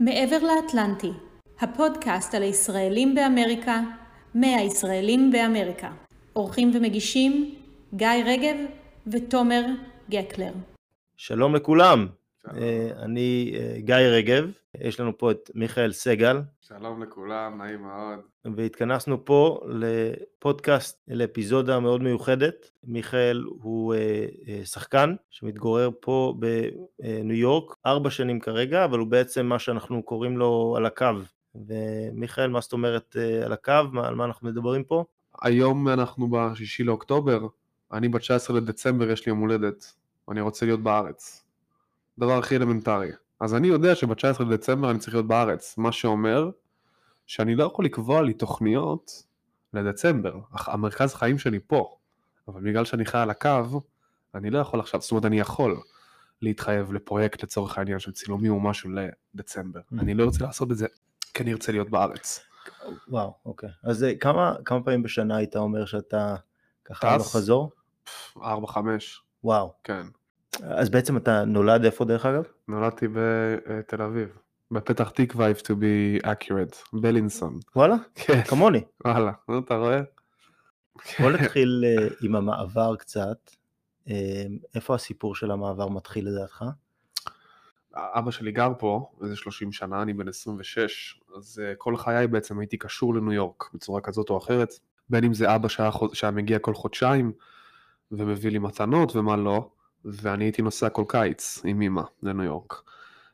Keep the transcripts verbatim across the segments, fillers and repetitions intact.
מעבר לאטלנטי, הפודקאסט על הישראלים באמריקה, מהישראלים באמריקה. אורחים ומגישים גיא רגב ותומר גקלר. שלום לכולם, אני גיא רגב, יש לנו פה את מיכאל סגל. שלום לכולם, נעים מאוד. והתכנסנו פה לפודקאסט, לאפיזודה מאוד מיוחדת. מיכאל הוא שחקן שמתגורר פה בניו יורק, ארבע שנים כרגע, אבל הוא בעצם מה שאנחנו קוראים לו על הקו. ומיכאל, מה זאת אומרת על הקו? על מה אנחנו מדברים פה? היום אנחנו בשישי לאוקטובר, אני ב-תשעה עשר לדצמבר, יש לי יום הולדת, ואני רוצה להיות בארץ. דבר הכי אלמנטרי. אז אני יודע שב-תשעה עשר לדצמבר אני צריך להיות בארץ, מה שאומר שאני לא יכול לקבוע לי תוכניות לדצמבר, המרכז חיים שלי פה, אבל בגלל שאני חי על הקו, אני לא יכול עכשיו, זאת אומרת אני יכול להתחייב לפרויקט לצורך העניין של צילומים או משהו לדצמבר, אני לא רוצה לעשות את זה, כי אני ארצה להיות בארץ. וואו, אוקיי. אז כמה, כמה פעמים בשנה היית אומר שאתה ככה לא חזור? ארבע, חמש. וואו. כן. אז בעצם אתה נולד איפה דרך אגב? נולדתי בתל אביב. בפתח תקווה, if to be accurate, בלינסון. וואלה? כן. כמוני. וואלה, אתה רואה? בוא נתחיל עם המעבר קצת. איפה הסיפור של המעבר מתחיל לדעתך? אבא שלי גר פה, איזה שלושים שנה, אני בן עשרים ושש, אז כל חיי בעצם הייתי קשור לניו יורק, בצורה כזאת או אחרת, בין אם זה אבא שהיה, שהיה מגיע כל חודשיים, ומביא לי מתנות ומה לא, ואני הייתי נוסע כל קיץ עם אמא לניו יורק.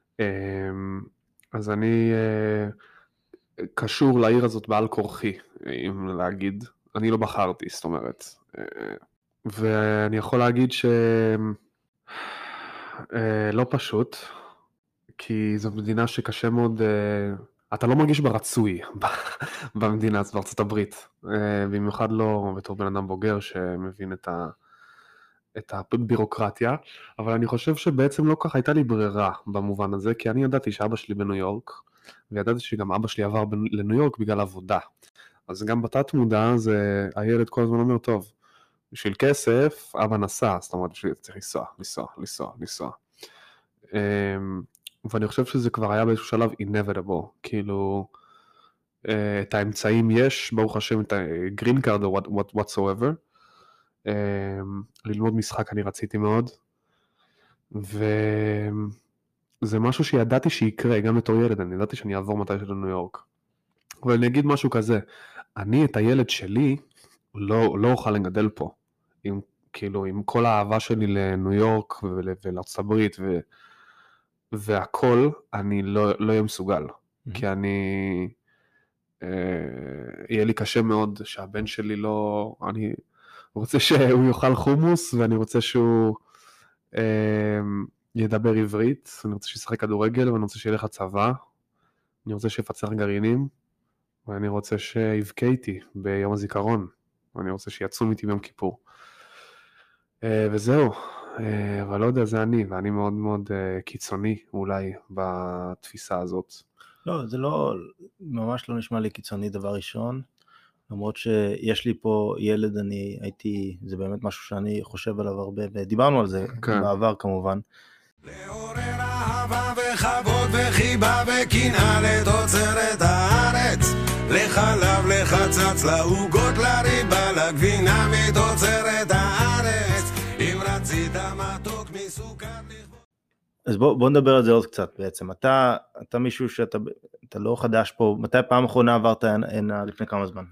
אז אני קשור לעיר הזאת בעל כורחי, אם להגיד, אני לא בחרתי, זאת אומרת. ואני יכול להגיד שלא פשוט, כי זו מדינה שקשה מאוד, אתה לא מרגיש ברצוי במדינה, אז בארצות הברית, במיוחד לא בתור בן אדם בוגר שמבין את ה... את הבירוקרטיה, אבל אני חושב שבעצם לא כך הייתה לי ברירה במובן הזה, כי אני ידעתי שאבא שלי בניו יורק, וידעתי שגם אבא שלי עבר לניו יורק בגלל עבודה. אז גם בתת מודע, זה הילד כל הזמן אומר, טוב, בשביל כסף, אבא נסע, זאת אומרת, בשביל צריך לנסוע, לנסוע, לנסוע, לנסוע. ואני חושב שזה כבר היה באיזשהו שלב inevitable, כאילו, את האמצעים יש, ברוך השם, את ה-green card או whatsoever, ללמוד משחק אני רציתי מאוד, וזה משהו שידעתי שיקרה, גם בתור ילד, אני ידעתי שאני אעבור מתי של ניו יורק. אבל אני אגיד משהו כזה, אני את הילד שלי לא, לא אוכל לגדל פה, עם, כאילו, עם כל האהבה שלי לניו יורק ולארצות הברית ו, והכל, אני לא, לא אהיה מסוגל, mm-hmm. כי אני, אה, יהיה לי קשה מאוד שהבן שלי לא, אני רוצה שהוא יאכל חומוס, ואני רוצה שהוא אה, ידבר עברית, אני רוצה שישחק כדורגל, ואני רוצה שילך לצבא, אני רוצה שיפצח גרעינים, ואני רוצה שיבכה איתי ביום הזיכרון, ואני רוצה שיצום איתי ביום כיפור. אה, וזהו, אה, אבל לא יודע, זה אני, ואני מאוד מאוד אה, קיצוני אולי בתפיסה הזאת. לא, זה לא, ממש לא נשמע לי קיצוני דבר ראשון, למרות שיש לי פה ילד, אני הייתי, זה באמת משהו שאני חושב עליו הרבה, ודיברנו על זה כן. בעבר כמובן. לעורר אהבה וכבוד וחיבה וקנאה לתוצרת הארץ, לחלב, לחצץ, לעוגות, לריבה, לגבינה מתוצרת הארץ, אם רצית מתוק מסוכר לכבוד. אז בוא, בוא נדבר על זה עוד קצת בעצם. אתה, אתה מישהו שאתה אתה לא חדש פה, מתי פעם אחרונה עברת הנה לפני כמה זמן?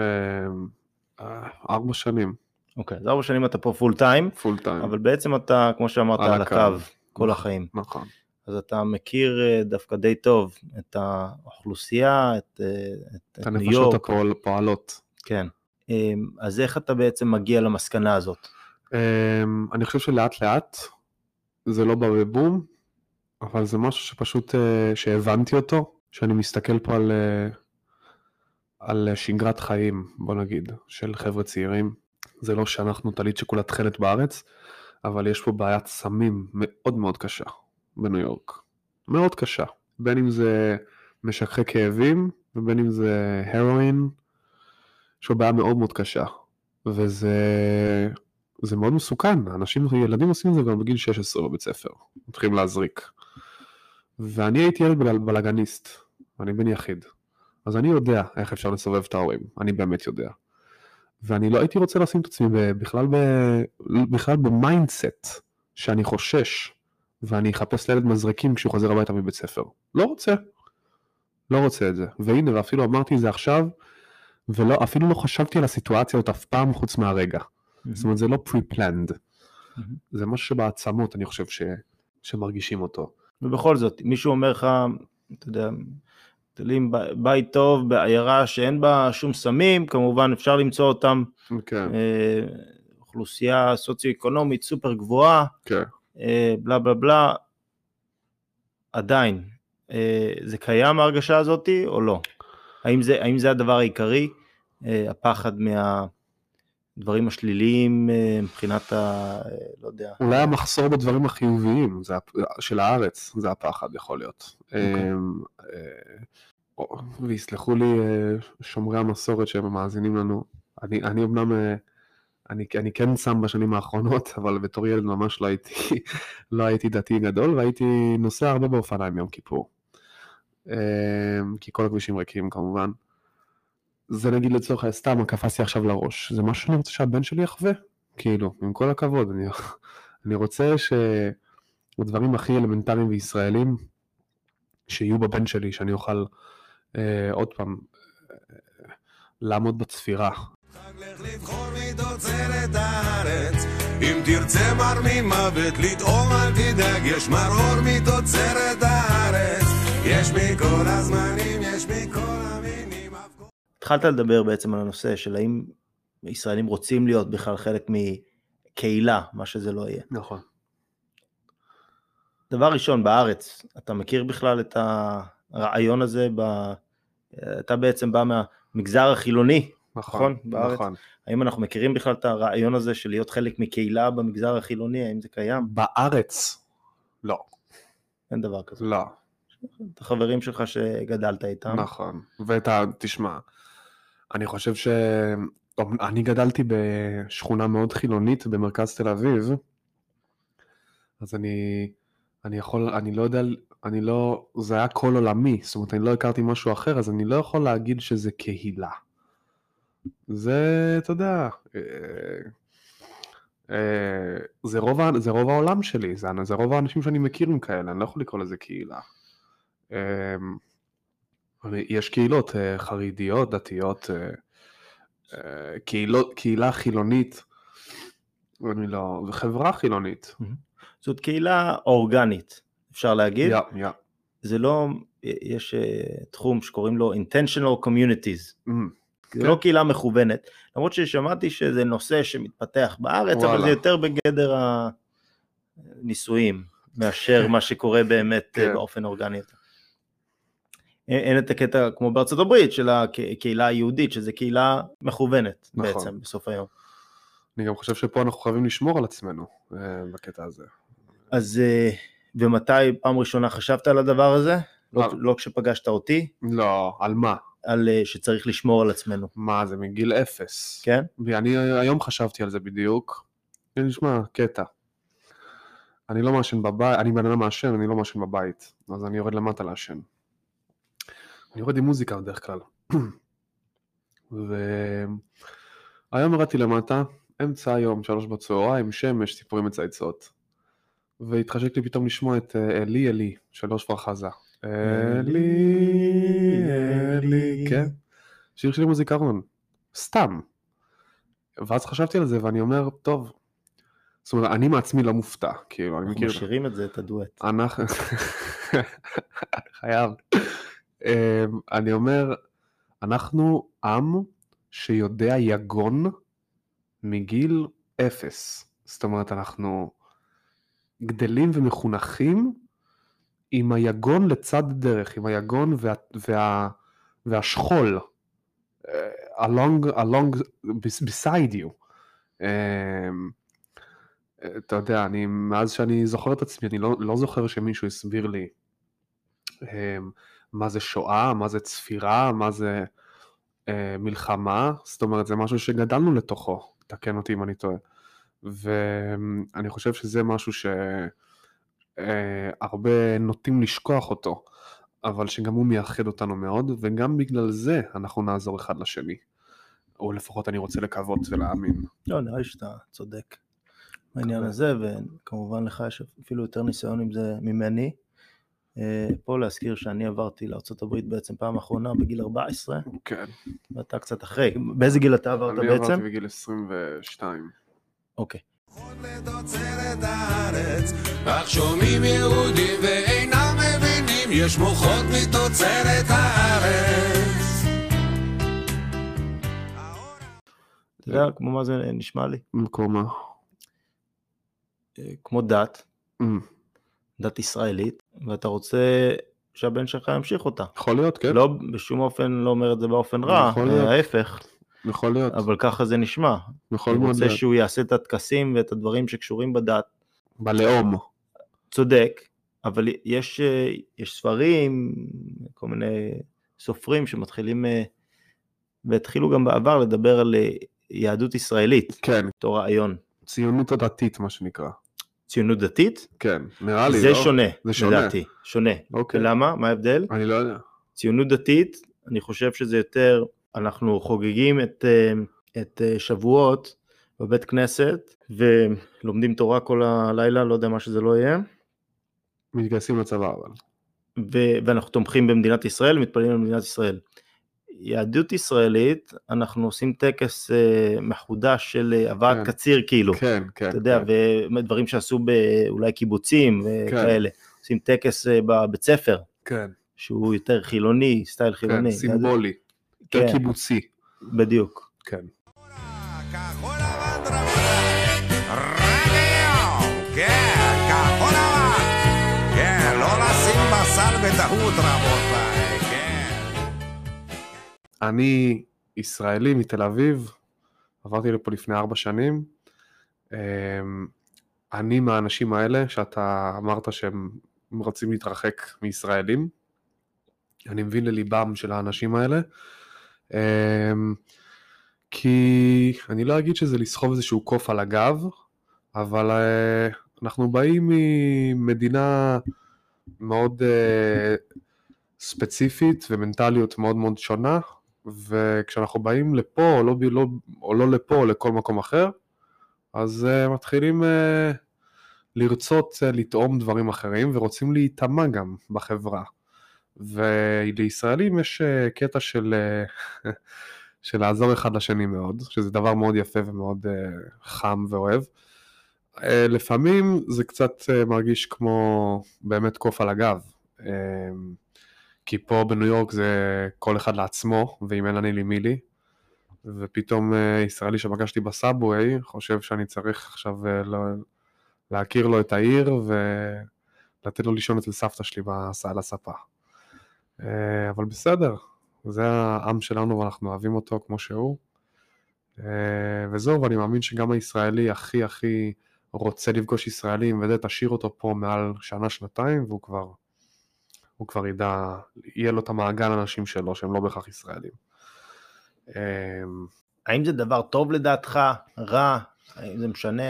ארבע שנים. אוקיי, אז ארבע שנים אתה פה פול טיים, פול טיים. אבל בעצם אתה, כמו שאמרת, על הקו כל החיים. נכון. אז אתה מכיר דווקא די טוב את האוכלוסייה, את ניו יורק. את הנפשות הפועלות. כן. אז איך אתה בעצם מגיע למסקנה הזאת? אני חושב שלאט לאט, זה לא בא בבום, אבל זה משהו שפשוט, שהבנתי אותו, שאני מסתכל פה על... על שגרת חיים, בוא נגיד, של חבר'ה צעירים. זה לא שאנחנו תליט שכולה תחלת בארץ, אבל יש פה בעיית סמים מאוד מאוד קשה בניו יורק. מאוד קשה. בין אם זה משככי כאבים, ובין אם זה הרואין, יש פה בעיה מאוד מאוד קשה. וזה זה מאוד מסוכן. אנשים, ילדים עושים את זה גם בגיל שש עשרה בבית ספר. מתחילים להזריק. ואני הייתי ילד בל- בלגניסט, אני בן יחיד, אז אני יודע איך אפשר לסובב את ההורים, אני באמת יודע. ואני לא הייתי רוצה לשים את עצמי בכלל, בכלל במיינדסט שאני חושש, ואני אחפש לילד מזרקים כשהוא חוזר הביתה מבית ספר. לא רוצה. לא רוצה את זה. והנה, ואפילו אמרתי את זה עכשיו, ואפילו לא חשבתי על הסיטואציה עוד אף פעם חוץ מהרגע. Mm-hmm. זאת אומרת, זה לא pre-planned. Mm-hmm. זה משהו שבעצמות, אני חושב, ש... שמרגישים אותו. ובכל זאת, מישהו אומר לך, אתה יודע, תלים בית טוב בעיירה שאין בה שום סמים, כמובן אפשר למצוא אותם, okay. אה, אוכלוסייה סוציו-אקונומית סופר גבוהה, okay. אה, בלה בלה בלה, עדיין, אה, זה קיים ההרגשה הזאת או לא? האם זה, האם זה הדבר העיקרי, אה, הפחד מהדברים השליליים אה, מבחינת ה... אה, לא יודע. אולי המחסור בדברים החיוביים זה, של הארץ, זה הפחד יכול להיות. Okay. אה, אה, ויסלחו לי שומרי המסורת שהם מאזינים לנו, אני, אני אמנם, אני, אני כן שם בשנים האחרונות, אבל בתור ילד ממש לא הייתי, לא הייתי דתי גדול, והייתי נוסע הרבה באופניים יום כיפור, כי כל הכבישים ריקים כמובן. זה נגיד לצורך סתם, קפצתי עכשיו לראש, זה משהו שאני רוצה שהבן שלי יחווה, כאילו, עם כל הכבוד, אני, אני רוצה שבדברים הכי אלמנטריים וישראלים, שיהיו בבן שלי, שאני אוכל אה, עוד פעם אה, לעמוד בצפירה. חג לך לבחור מתוצרת הארץ, אם תרצה מר ממוות לטעום אל תדאג, יש מרור מתוצרת הארץ, יש מכל הזמנים, יש מכל המינים. התחלת לדבר בעצם על הנושא של האם ישראלים רוצים להיות בכלל חלק מקהילה, מה שזה לא יהיה. נכון. דבר ראשון, בארץ, אתה מכיר בכלל את הרעיון הזה, ב... אתה בעצם בא מהמגזר החילוני, נכון? נכון, בארץ? נכון. האם אנחנו מכירים בכלל את הרעיון הזה של להיות חלק מקהילה במגזר החילוני, האם זה קיים? בארץ, לא. אין דבר כזה. לא. את החברים שלך שגדלת איתם. נכון, ואתה, תשמע, אני חושב ש... אני גדלתי בשכונה מאוד חילונית במרכז תל אביב, אז אני... אני יכול, אני לא יודע, אני לא, זה היה כל עולמי, זאת אומרת, אני לא הכרתי משהו אחר, אז אני לא יכול להגיד שזה קהילה. זה, אתה יודע, אה, אה, זה רוב, זה רוב העולם שלי, זה, זה רוב האנשים שאני מכיר עם כאלה, אני לא יכול לקרוא לזה קהילה. אה, יש קהילות אה, חרדיות, דתיות, אה, אה, קהילות, קהילה חילונית, אני לא, וחברה חילונית. זאת קהילה אורגנית, אפשר להגיד. Yeah, yeah. זה לא, יש uh, תחום שקוראים לו intentional communities. Mm, זה okay. לא קהילה מכוונת, למרות ששמעתי שזה נושא שמתפתח בארץ, וואלה. אבל זה יותר בגדר הניסויים, מאשר מה שקורה באמת okay. באופן אורגני. אין את הקטע כמו בארצות הברית, של הקהילה היהודית, שזה קהילה מכוונת נכון. בעצם, בסוף היום. אני גם חושב שפה אנחנו חייבים לשמור על עצמנו בקטע הזה. אז ומתי פעם ראשונה חשבת על הדבר הזה? לא, לא כשפגשת אותי? לא, על מה? על שצריך לשמור על עצמנו. מה, זה מגיל אפס. כן? ואני היום חשבתי על זה בדיוק. אני נשמע קטע. אני לא מאשן בבית, אני בן אדם מאשן, אני לא מאשן בבית. אז אני יורד למטה לאשן. אני יורד עם מוזיקה בדרך כלל. והיום ירדתי למטה, אמצע היום, שלוש בצהריים, שמש, ציפורים מצייצות. והתחשק לי פתאום לשמוע את אלי אלי, שלוש פרחזה. אלי, אלי, כן. שיר שלי מוזיקרון. סתם. ואז חשבתי על זה ואני אומר, טוב. זאת אומרת, אני מעצמי לא מופתע. כאילו, אני מכיר... אנחנו משאירים את זה, את הדואט. אנחנו... חייב. אני אומר, אנחנו עם שיודע יגון מגיל אפס. זאת אומרת, אנחנו גדלים ומחונכים עם היגון לצד דרך, עם היגון וה, וה, והשכול, along, along, beside you. אתה יודע, אני, מאז שאני זוכר את עצמי, אני לא, לא זוכר שמישהו הסביר לי מה זה שואה, מה זה צפירה, מה זה מלחמה, זאת אומרת, זה משהו שגדלנו לתוכו, תקן אותי אם אני טועה. ואני חושב שזה משהו אה, הרבה נוטים לשכוח אותו, אבל שגם הוא מייחד אותנו מאוד, וגם בגלל זה אנחנו נעזור אחד לשני. או לפחות אני רוצה לקוות ולהאמין. לא, נראה לי שאתה צודק בעניין הזה, וכמובן לך יש אפילו יותר ניסיון עם זה ממני. פה להזכיר שאני עברתי לארצות הברית בעצם פעם אחרונה בגיל ארבע עשרה, כן. ואתה קצת אחרי. באיזה גיל אתה עברת בעצם? אני עברתי בגיל עשרים ושתיים. אוקיי. לתוצרת הארץ, אך שומעים יהודים ואינם מבינים, יש מוחות מתוצרת הארץ. אתה יודע, כמו מה זה נשמע לי? כמו מה? כמו דת, Mm. דת ישראלית, ואתה רוצה שהבן שלך ימשיך אותה. יכול להיות, כן. לא, בשום אופן לא אומר את זה באופן רע, יכול להיות. ההפך, יכול להיות. אבל ככה זה נשמע. יכול אני מאוד רוצה להיות. שהוא יעשה את הטקסים ואת הדברים שקשורים בדת. בלאום. צודק, אבל יש, יש ספרים, כל מיני סופרים שמתחילים, והתחילו גם בעבר לדבר על יהדות ישראלית, כן. אותו רעיון. ציונות הדתית, מה שנקרא. ציונות דתית? כן, נראה לי, זה לא? שונה, זה שונה. לדעתי, שונה. אוקיי. ולמה? מה ההבדל? אני לא יודע. ציונות דתית, אני חושב שזה יותר, אנחנו חוגגים את, את שבועות בבית כנסת, ולומדים תורה כל הלילה, לא יודע מה שזה לא יהיה. מתגייסים לצבא, אבל. ו- ואנחנו תומכים במדינת ישראל, מתפללים במדינת ישראל. יהדות ישראלית, אנחנו עושים טקס uh, מחודש של uh, הבאת כן. קציר כאילו. כן, כן. אתה יודע, כן. ודברים שעשו באולי קיבוצים וכאלה. כן. עושים טקס uh, בבית ספר, כן. שהוא יותר חילוני, סטייל חילוני. כן, סימבולי. יותר כן. קיבוצי. בדיוק. כן. כחול לבן רבותיי, רק היום, כן, כחול לבן, כן, לא לשים בשר בטעות רבותיי, כן. אני ישראלי מתל אביב, עברתי לפה לפני ארבע שנים. אני מהאנשים האלה שאתה אמרת שהם רוצים להתרחק מישראלים. אני מבין לליבם של האנשים האלה. כי אני לא אגיד שזה לסחוב איזשהו קוף על הגב, אבל אנחנו באים ממדינה מאוד ספציפית ומנטליות מאוד מאוד שונה, וכשאנחנו באים לפה או לא, לא, או לא לפה או לכל מקום אחר, אז מתחילים לרצות לטעום דברים אחרים ורוצים להיטמע גם בחברה. ולישראלים יש קטע של... של לעזור אחד לשני מאוד, שזה דבר מאוד יפה ומאוד uh, חם ואוהב. Uh, לפעמים זה קצת uh, מרגיש כמו באמת קוף על הגב, uh, כי פה בניו יורק זה כל אחד לעצמו, ואם אין אני לי מי לי, ופתאום uh, ישראלי שפגשתי בסאבווי, חושב שאני צריך עכשיו uh, לא, להכיר לו את העיר, ולתת לו לישון אצל סבתא שלי על הספה. Uh, אבל בסדר. זה העם שלנו ואנחנו אוהבים אותו כמו שהוא, וזהו, ואני מאמין שגם הישראלי הכי הכי רוצה לפגוש ישראלים, וזה תשאיר אותו פה מעל שנה שנתיים, והוא כבר, הוא כבר ידע, יהיה לו את המעגל האנשים שלו שהם לא בהכרח ישראלים. האם זה דבר טוב לדעתך? רע? האם זה משנה?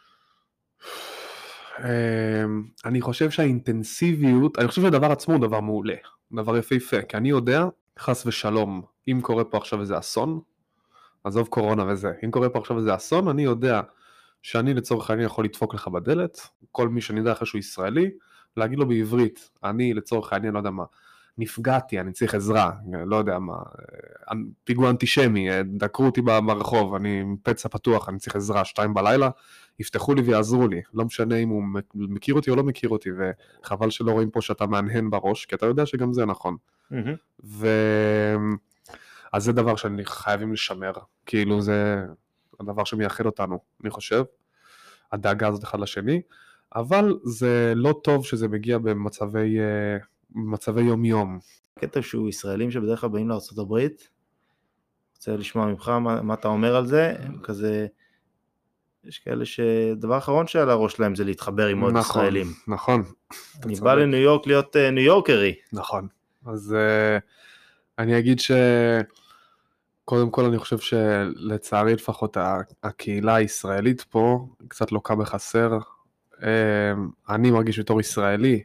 אני חושב שהאינטנסיביות, אני חושב שהדבר עצמו הוא דבר מעולה, דבר יפהפה, כי אני יודע, חס ושלום, אם קורה פה עכשיו איזה אסון, עזוב קורונה וזה, אם קורה פה עכשיו איזה אסון, אני יודע שאני לצורך העניין יכול לדפוק לך בדלת, כל מי שאני יודע אחרי שהוא ישראלי, להגיד לו בעברית, אני לצורך העניין, לא יודע מה, נפגעתי, אני צריך עזרה, לא יודע מה, פיגוע אנטישמי, דקרו אותי ברחוב, אני עם פצע פתוח, אני צריך עזרה, שתיים בלילה, יפתחו לי ויעזרו לי, לא משנה אם הוא מכיר אותי או לא מכיר אותי, וחבל שלא רואים פה שאתה מהנהן בראש, כי אתה יודע שגם זה נכון. ו... אז זה דבר שאני חייבים לשמר, כאילו זה הדבר שמייחד אותנו, אני חושב, הדאגה הזאת אחד לשני, אבל זה לא טוב שזה מגיע במצבי, במצבי יום יום. קטע שהוא ישראלים שבדרך כלל באים לארצות הברית, רוצה לשמוע ממך מה, מה אתה אומר על זה, הם כזה, יש כאלה שדבר האחרון שעל הראש שלהם זה להתחבר עם עוד נכון, ישראלים. נכון. אני בא לניו יורק להיות ניו יורקרי. נכון. אז uh, אני אגיד שקודם כל אני חושב שלצערי לפחות הקהילה הישראלית פה קצת לוקה בחסר, uh, אני מרגיש בתור ישראלי,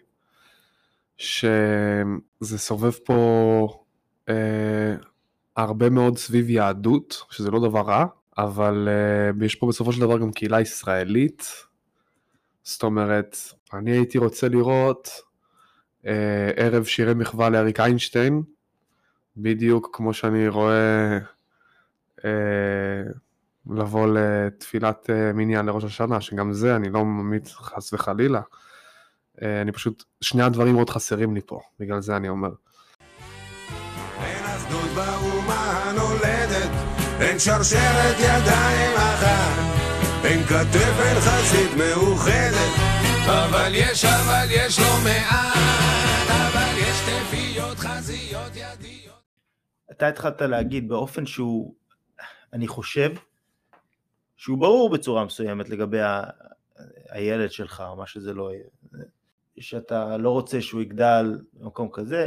שזה סובב פה אה, הרבה מאוד סביב יהדות, שזה לא דבר רע, אבל אה, יש פה בסופו של דבר גם קהילה ישראלית, זאת אומרת, אני הייתי רוצה לראות אה, ערב שירי מחווה לאריק איינשטיין, בדיוק כמו שאני רואה אה, לבוא לתפילת אה, מניין לראש השנה, שגם זה אני לא ממית חס וחלילה, אה, אני פשוט, שני הדברים מאוד חסרים לי פה, בגלל זה אני אומר. אין אחדות באומה הנולדת, אין שרשרת ידיים אחת, אין כתף, אין חזית מאוחדת, אבל יש, אבל יש לא מעט, אבל יש תפיות, חזיות, ידיות. אתה התחלת להגיד באופן שהוא, אני חושב, שהוא ברור בצורה מסוימת לגבי ה... הילד שלך, או מה שזה לא יהיה, שאתה לא רוצה שהוא יגדל במקום כזה,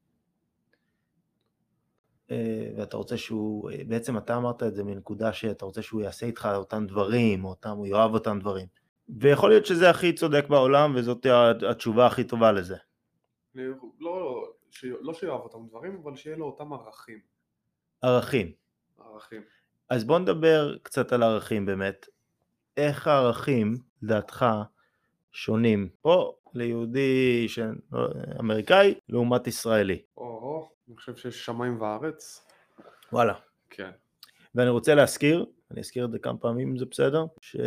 ואתה רוצה שהוא, בעצם אתה אמרת את זה מנקודה שאתה רוצה שהוא יעשה איתך אותם דברים, או אותם, הוא יאהב אותם דברים. ויכול להיות שזה הכי צודק בעולם, וזאת התשובה הכי טובה לזה. לא, לא, לא שיאהב אותם דברים, אבל שיהיה לו אותם ערכים. ערכים. ערכים. אז בוא נדבר קצת על ערכים באמת. איך הערכים, לדעתך, שונים פה ליהודי אמריקאי לעומת ישראלי? או, אני חושב שיש שמיים וארץ. וואלה. כן. ואני רוצה להזכיר, אני אזכיר את זה כמה פעמים אם זה בסדר, ש,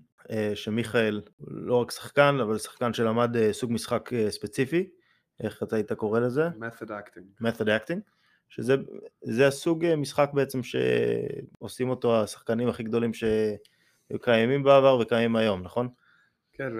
שמיכאל לא רק שחקן, אבל שחקן שלמד סוג משחק ספציפי, איך אתה היית קורא לזה? method acting. method acting, שזה זה הסוג משחק בעצם שעושים אותו השחקנים הכי גדולים שקיימים בעבר וקיימים היום, נכון? כן,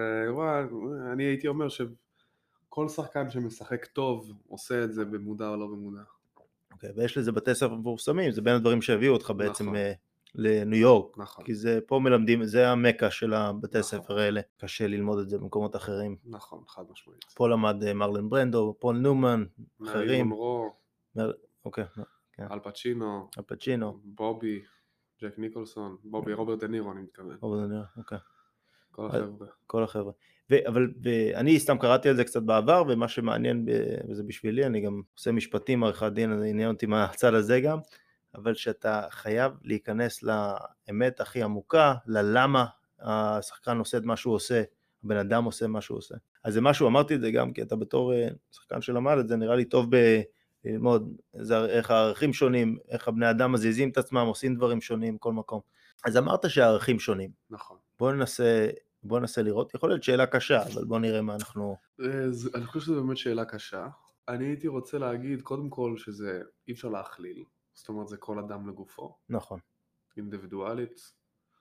אני הייתי אומר שכל שחקן שמשחק טוב עושה את זה במודע או לא במודע. אוקיי, ויש לזה בתי ספר מפורסמים, זה בין הדברים שהביאו אותך בעצם נכון. לניו יורק, נכון. כי זה פה מלמדים, זה המקה של הבתי נכון. ספר האלה, קשה ללמוד את זה במקומות אחרים. נכון, חד משמעית. פה למד מרלן ברנדו, פול ניומן, אחרים. מונרו, מר... אוקיי, כן. אל פצ'ינו, אל פצ'ינו, בובי, ג'ק ניקולסון, בובי, רוברט דה נירו אני מתכוון. רוברט דה נירו, אוקיי. כל החבר'ה. כל החבר'ה. ו- אבל ואני סתם קראתי על זה קצת בעבר, ומה שמעניין וזה בשבילי, אני גם עושה משפטים עריכת דין, אני עניין אותי מהצד הזה גם, אבל שאתה חייב להיכנס לאמת הכי עמוקה, ללמה השחקן עושה את מה שהוא עושה, הבן אדם עושה מה שהוא עושה. אז זה משהו, אמרתי את זה גם, כי אתה בתור שחקן שלמד את זה, נראה לי טוב ללמוד איך הערכים שונים, איך הבני אדם מזיזים את עצמם, עושים דברים שונים, כל מקום. אז אמרת שהערכים שונים. נכון. בוא ננסה, בוא ננסה לראות, יכול להיות שאלה קשה, אבל בוא נראה מה אנחנו... אני חושב שזו באמת שאלה קשה. אני הייתי רוצה להגיד, קודם כל, שזה אי אפשר להכליל. זאת אומרת, זה כל אדם לגופו. נכון. אינדיבידואלית.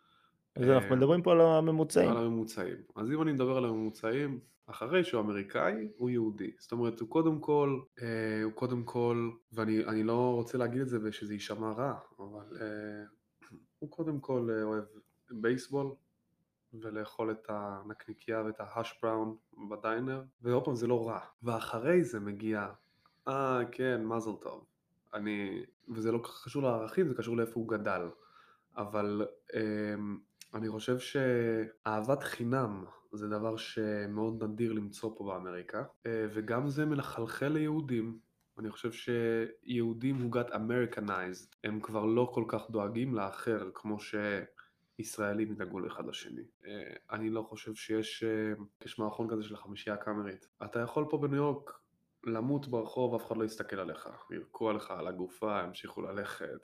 אז אנחנו מדברים פה על הממוצעים. על הממוצעים. אז אם אני מדבר על הממוצעים, אחרי שהוא אמריקאי, הוא יהודי. זאת אומרת, הוא קודם כל, אה, הוא קודם כל, ואני אני לא רוצה להגיד את זה ושזה יישמע רע, אבל אה, הוא קודם כל אה, אוהב בייסבול, ולאכול את הנקניקיה ואת ההש בראון בדיינר, ועוד פעם זה לא רע. ואחרי זה מגיע, אה כן, מזל טוב. אני, וזה לא קשור לערכים, זה קשור לאיפה הוא גדל. אבל אה, אני חושב שאהבת חינם זה דבר שמאוד נדיר למצוא פה באמריקה, וגם זה מלחלחל ליהודים. אני חושב שיהודים who got Americanized, הם כבר לא כל כך דואגים לאחר כמו שישראלים ידאגו לאחד לשני. אני לא חושב שיש, יש מערכון כזה של החמישייה הקאמרית. אתה יכול פה בניו יורק למות ברחוב, אף אחד לא יסתכל עליך, ירקו עליך על הגופה, ימשיכו ללכת.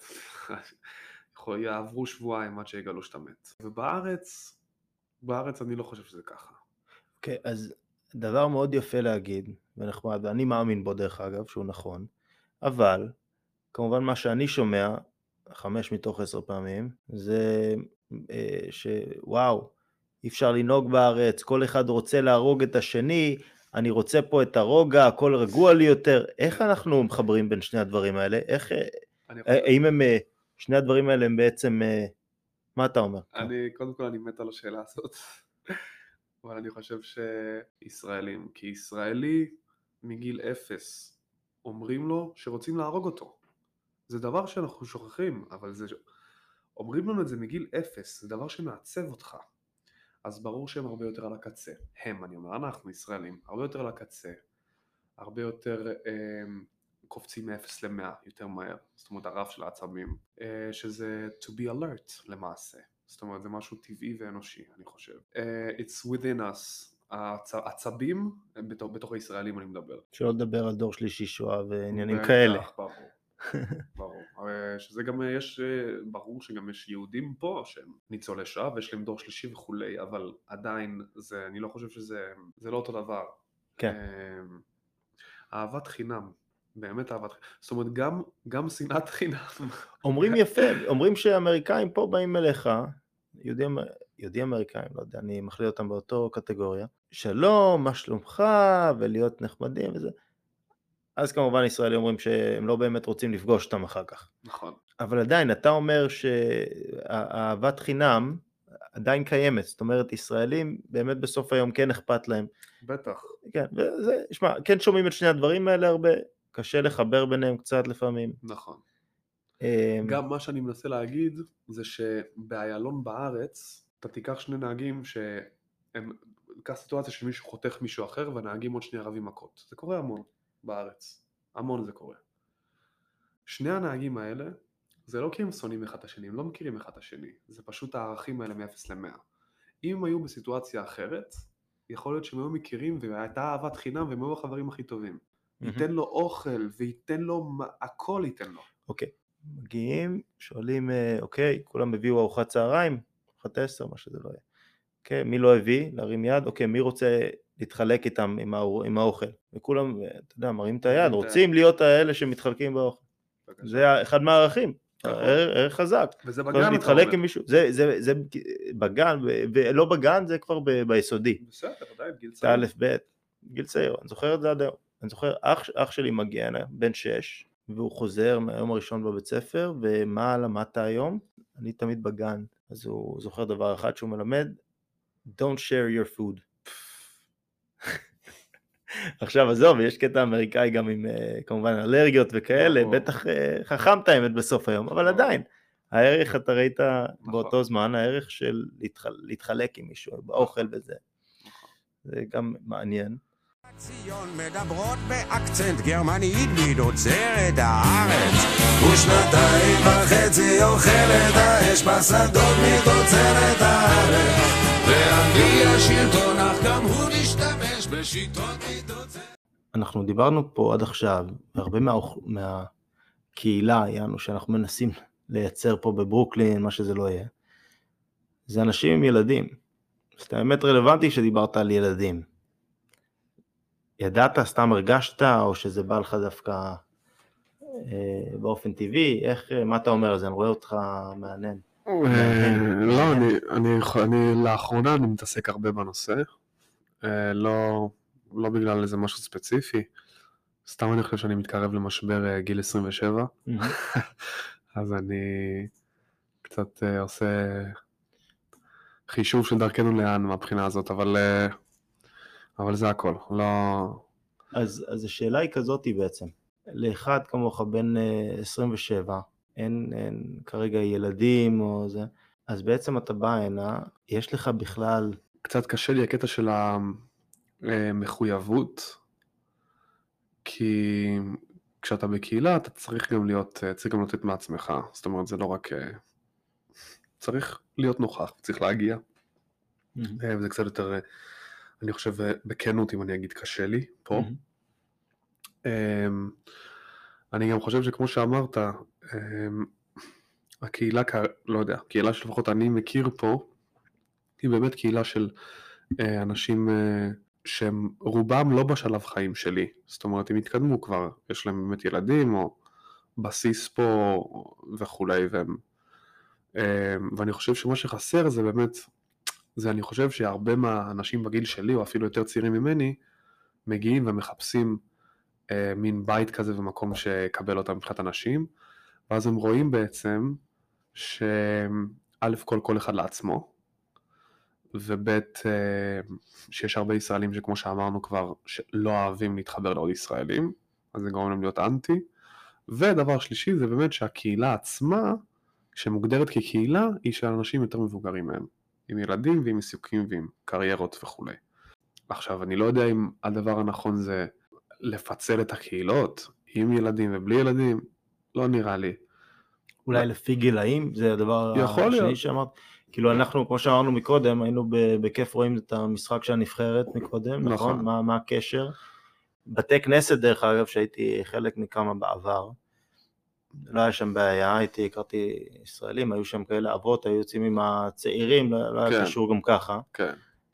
יעברו שבועיים עד שיגלו שאתה מת. ובארץ, בארץ אני לא חושב שזה ככה. אוקיי, okay, אז דבר מאוד יפה להגיד, ונחמד, ואני מאמין בו דרך אגב, שהוא נכון, אבל, כמובן מה שאני שומע, חמש מתוך עשר פעמים, זה אה, שוואו, אי אפשר לנהוג בארץ, כל אחד רוצה להרוג את השני, אני רוצה פה את הרוגע, הכל רגוע לי יותר. איך אנחנו מחברים בין שני הדברים האלה? איך, האם הם... שני הדברים האלה הם בעצם, מה אתה אומר? אני, קודם כל אני מת על השאלה הזאת, אבל אני חושב שישראלים, כי ישראלי מגיל אפס אומרים לו שרוצים להרוג אותו. זה דבר שאנחנו שוכחים, אבל זה, אומרים לנו את זה מגיל אפס, זה דבר שמעצב אותך. אז ברור שהם הרבה יותר על הקצה. הם, אני אומר, אנחנו ישראלים, הרבה יותר על הקצה, הרבה יותר אה, קופצים מ-אפס ל-מאה יותר מהר, זאת אומרת הרף של העצבים, אה, שזה to be alert למעשה, זאת אומרת זה משהו טבעי ואנושי, אני חושב. אה, it's within us, הצ... עצבים, בתוך, בתוך הישראלים אני מדבר. שלא לדבר על דור שלישי שואה ועניינים בטח, כאלה. ברור. ברור, שזה גם יש, ברור שגם יש יהודים פה שהם ניצולי שואה ויש להם דור שלישי וכולי, אבל עדיין זה, אני לא חושב שזה, זה לא אותו דבר. כן. אהבת חינם, באמת אהבת חינם, זאת אומרת גם, גם שנאת חינם. אומרים יפה, אומרים שאמריקאים פה באים אליך, יהודים, יהודים אמריקאים, לא יודע, אני מכליל אותם באותו קטגוריה, שלום, מה שלומך, ולהיות נחמדים וזה. אז כמובן ישראלים אומרים שהם לא באמת רוצים לפגוש אותם אחר כך. נכון. אבל עדיין, אתה אומר שהאהבת חינם עדיין קיימת, זאת אומרת, ישראלים באמת בסוף היום כן אכפת להם. בטח. כן, וזה, שמע, כן שומעים את שני הדברים האלה הרבה, קשה לחבר ביניהם קצת לפעמים. נכון. גם מה שאני מנסה להגיד, זה שבאיילון בארץ, אתה תיקח שני נהגים שהם, כך סיטואציה שמישהו חותך מישהו אחר, והנהגים עוד שני רבים מכות. זה קורה המון. בארץ, המון זה קורה. שני הנהגים האלה, זה לא כי הם שונאים אחד את השני, הם לא מכירים אחד את השני, זה פשוט הערכים האלה מ-אפס ל-מאה. אם הם היו בסיטואציה אחרת, יכול להיות שהם היו מכירים והייתה אהבת חינם והם היו החברים הכי טובים. ייתן לו אוכל וייתן לו, הכל ייתן לו. אוקיי, מגיעים, שואלים, אוקיי, כולם הביאו ארוחת צהריים, ארוחת עשר, מה שזה לא יהיה. אוקיי, מי לא הביא? להרים יד, אוקיי, מי רוצה להתחלק איתם עם, האור, עם האוכל? וכולם, אתה יודע, מרים את היד, רוצים להיות האלה שמתחלקים באוכל. זה אחד מהערכים, ערך חזק. וזה בגן, להתחלק עם מישהו. זה, זה, זה בגן, ולא בגן, זה כבר ב, ביסודי. בסדר, עדיין, גיל צעיר. א' ב', גיל צעיר, אני זוכר את זה עד היום. אני זוכר, אח, אח שלי מגיע, בן שש, והוא חוזר מהיום הראשון בבית ספר, ומה למדת היום? אני תמיד בגן, אז הוא זוכר דבר אחד שהוא מלמד, Don't share your food. עכשיו עזוב, יש קטע אמריקאי גם עם כמובן אלרגיות וכאלה, בטח חכמת האמת בסוף היום, אבל עדיין, הערך אתה ראית באותו זמן, הערך של להתחלק עם מישהו, באוכל וזה, זה גם מעניין. ציון מדברות באקצנט גרמנית מתוצרת הארץ ושנתיים וחצי אוכלת האש בשדות מתוצרת הארץ ואנגלי השלטון אך גם הוא משתמש בשיטות מתוצרת. אנחנו דיברנו פה עד עכשיו והרבה מהאוכ... מהקהילה היינו שאנחנו מנסים לייצר פה בברוקלין מה שזה לא יהיה, זה אנשים עם ילדים. זה באמת רלוונטי שדיברת על ילדים. ידעת, סתם הרגשת, או שזה בא לך דווקא אה, באופן טבעי? איך, מה אתה אומר על זה? אני רואה אותך מעניין. לא, אני, אני, אני, לאחרונה אני מתעסק הרבה בנושא, לא, לא בגלל איזה משהו ספציפי, סתם אני חושב שאני מתקרב למשבר גיל עשרים ושבע, אז אני קצת עושה חישוב של דרכנו לאן מהבחינה הזאת, אבל... אבל זה הכל, לא... אז, אז השאלה היא כזאת בעצם, לאחד כמוך בין עשרים ושבע, אין, אין כרגע ילדים או זה, אז בעצם אתה בא הנה, יש לך בכלל... קצת קשה לי הקטע של המחויבות, כי כשאתה בקהילה אתה צריך גם להיות, צריך גם לתת מעצמך, זאת אומרת זה לא רק... צריך להיות נוכח, צריך להגיע, וזה קצת יותר... אני חושב בכנות אם אני אגיד קשה לי פה. Mm-hmm. אני גם חושב שכמו שאמרת, הקהילה, לא יודע, קהילה שלפחות אני מכיר פה, היא באמת קהילה של אנשים שהם רובם לא בשלב חיים שלי. זאת אומרת, הם התקדמו כבר, יש להם באמת ילדים או בסיס פה וכולי. והם, ואני חושב שמה שחסר זה באמת... זה אני חושב שהרבה מהאנשים בגיל שלי, או אפילו יותר צעירים ממני, מגיעים ומחפשים אה, מין בית כזה ומקום שקבל אותם מבחינת אנשים, ואז הם רואים בעצם שא' כל כל אחד לעצמו, וב' אה, שיש הרבה ישראלים שכמו שאמרנו כבר, שלא אוהבים להתחבר לעוד ישראלים, אז זה גורם להם להיות אנטי, ודבר שלישי זה באמת שהקהילה עצמה, שמוגדרת כקהילה, היא של אנשים יותר מבוגרים מהם. עם ילדים ועם עיסוקים ועם קריירות וכו'. עכשיו, אני לא יודע אם הדבר הנכון זה לפצל את הקהילות, עם ילדים ובלי ילדים, לא נראה לי. אולי לפי גילאים, זה הדבר יכול השני להיות. שאמרת. כאילו אנחנו, כמו שאמרנו מקודם, היינו בכיף רואים את המשחק של הנבחרת מקודם, נכון? נכון. מה, מה הקשר? בתי כנסת, דרך אגב, שהייתי חלק מכמה בעבר, לא היה שם בעיה, הייתי, הכרתי ישראלים, היו שם כאלה אבות, היו יוצאים עם הצעירים, לא, לא היה כן. קשור גם ככה. כן.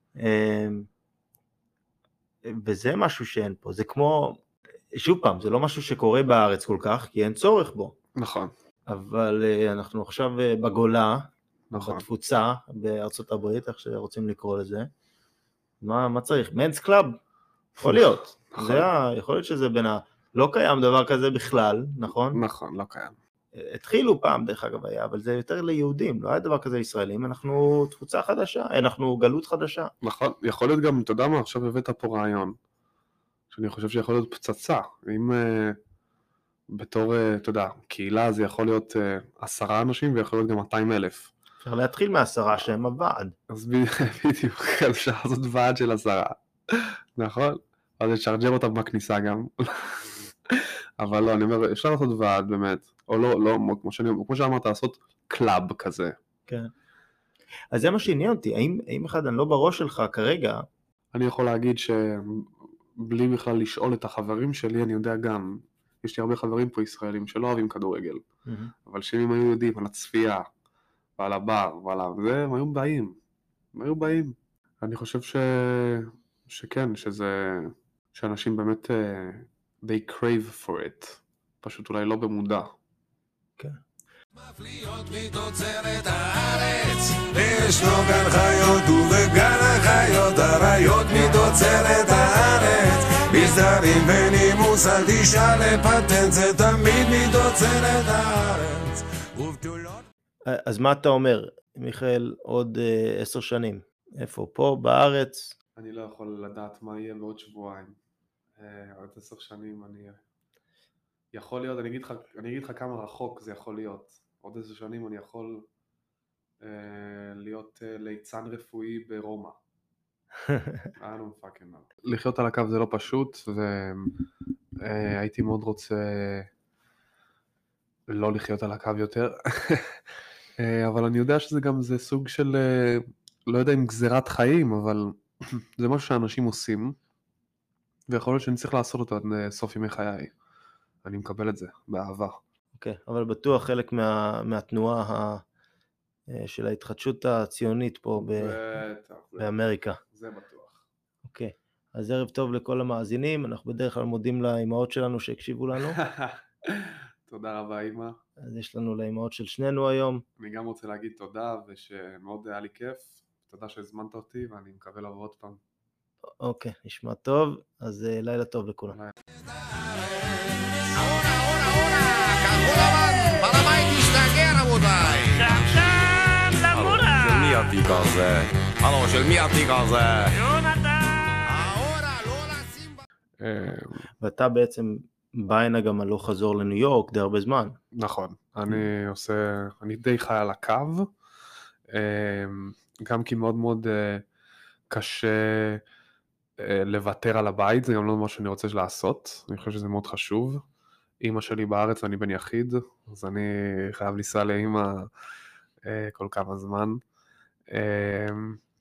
וזה משהו שאין פה, זה כמו, שוב פעם, זה לא משהו שקורה בארץ כל כך, כי אין צורך בו. נכון. אבל אנחנו עכשיו בגולה, נכון. בתפוצה, בארצות הברית, איך שרוצים לקרוא לזה. מה, מה צריך? מנס קלאב? יכול להיות. נכון. זה היה, יכול להיות שזה בין ה... לא קיים דבר כזה בכלל, נכון? נכון, לא קיים. התחילו פעם, דרך אגב היה, אבל זה יותר ליהודים, לא היה דבר כזה ישראלים, אנחנו תפוצה חדשה, אנחנו גלות חדשה. נכון, יכול להיות גם, אתה יודע מה, עכשיו הבאת פה רעיון, שאני חושב שיכול להיות פצצה, אם uh, בתור, uh, אתה יודע, קהילה זה יכול להיות uh, עשרה אנשים ויכול להיות גם מאתיים אלף. אפשר להתחיל מעשרה שהם הוועד. אז בדיוק, אפשר לעשות ועד של עשרה, נכון? אז לשרג'ר אותם בכניסה גם. אבל לא, אני אומר, אפשר לעשות ועד באמת, או לא, לא, כמו, שאני, כמו שאמרת, לעשות קלאב כזה. כן. אז זה מה שעניין אותי, האם, האם אחד אני לא בראש שלך כרגע? אני יכול להגיד שבלי בכלל לשאול את החברים שלי, אני יודע גם, יש לי הרבה חברים פה ישראלים שלא אוהבים כדורגל, Mm-hmm. אבל שאם היו יודעים על הצפייה, ועל הבר, ועל זה, הם היו באים, הם היו באים. אני חושב ש... שכן, שזה, שאנשים באמת, uh, they crave for it, פשוט אולי לא במודע. כן. מפליות מתוצרת הארץ, ישנו גן חיות ובגן החיות הריות מתוצרת הארץ, מסדרים ונימוס אל תשאל לפטנט, זה תמיד מתוצרת הארץ. ובתולות... אז מה אתה אומר, מיכאל, עוד uh, עשר שנים? איפה? פה, בארץ? אני לא יכול לדעת מה יהיה בעוד שבועיים. עוד עשר שנים אני... יכול להיות, אני אגיד לך, אני אגיד לך כמה רחוק זה יכול להיות. עוד עשר שנים אני יכול אה, להיות אה, ליצן רפואי ברומא. I don't fucking know. לחיות על הקו זה לא פשוט, והייתי מאוד רוצה לא לחיות על הקו יותר. אבל אני יודע שזה גם זה סוג של, לא יודע אם גזירת חיים, אבל זה משהו שאנשים עושים, ויכול להיות שאני צריך לעשות אותו עד סוף ימי חיי. אני מקבל את זה, באהבה. אוקיי, okay, אבל בטוח חלק מה, מהתנועה ה, של ההתחדשות הציונית פה ב, בטח, באמריקה. זה בטוח. אוקיי, okay. אז ערב טוב לכל המאזינים, אנחנו בדרך כלל מודים לאמהות שלנו שהקשיבו לנו. תודה רבה אמא. אז יש לנו לאמהות של שנינו היום. אני גם רוצה להגיד תודה, ושמאוד היה לי כיף. תודה שהזמנת אותי, ואני מקווה לבוא עוד פעם. אוקיי, נשמע טוב, אז לילה טוב לכולם. שעכשיו למורה. של מי התיק הזה? הלו, של מי התיק הזה? ואתה בעצם בא הנה גם הלוך חזור לניו יורק די הרבה זמן. נכון, אני עושה, אני די חי על הקו, גם כי מאוד מאוד קשה לוותר על הבית, זה גם לא מה שאני רוצה לעשות, אני חושב שזה מאוד חשוב. אמא שלי בארץ ואני בן יחיד, אז אני חייב לנסוע לאמא כל כמה זמן.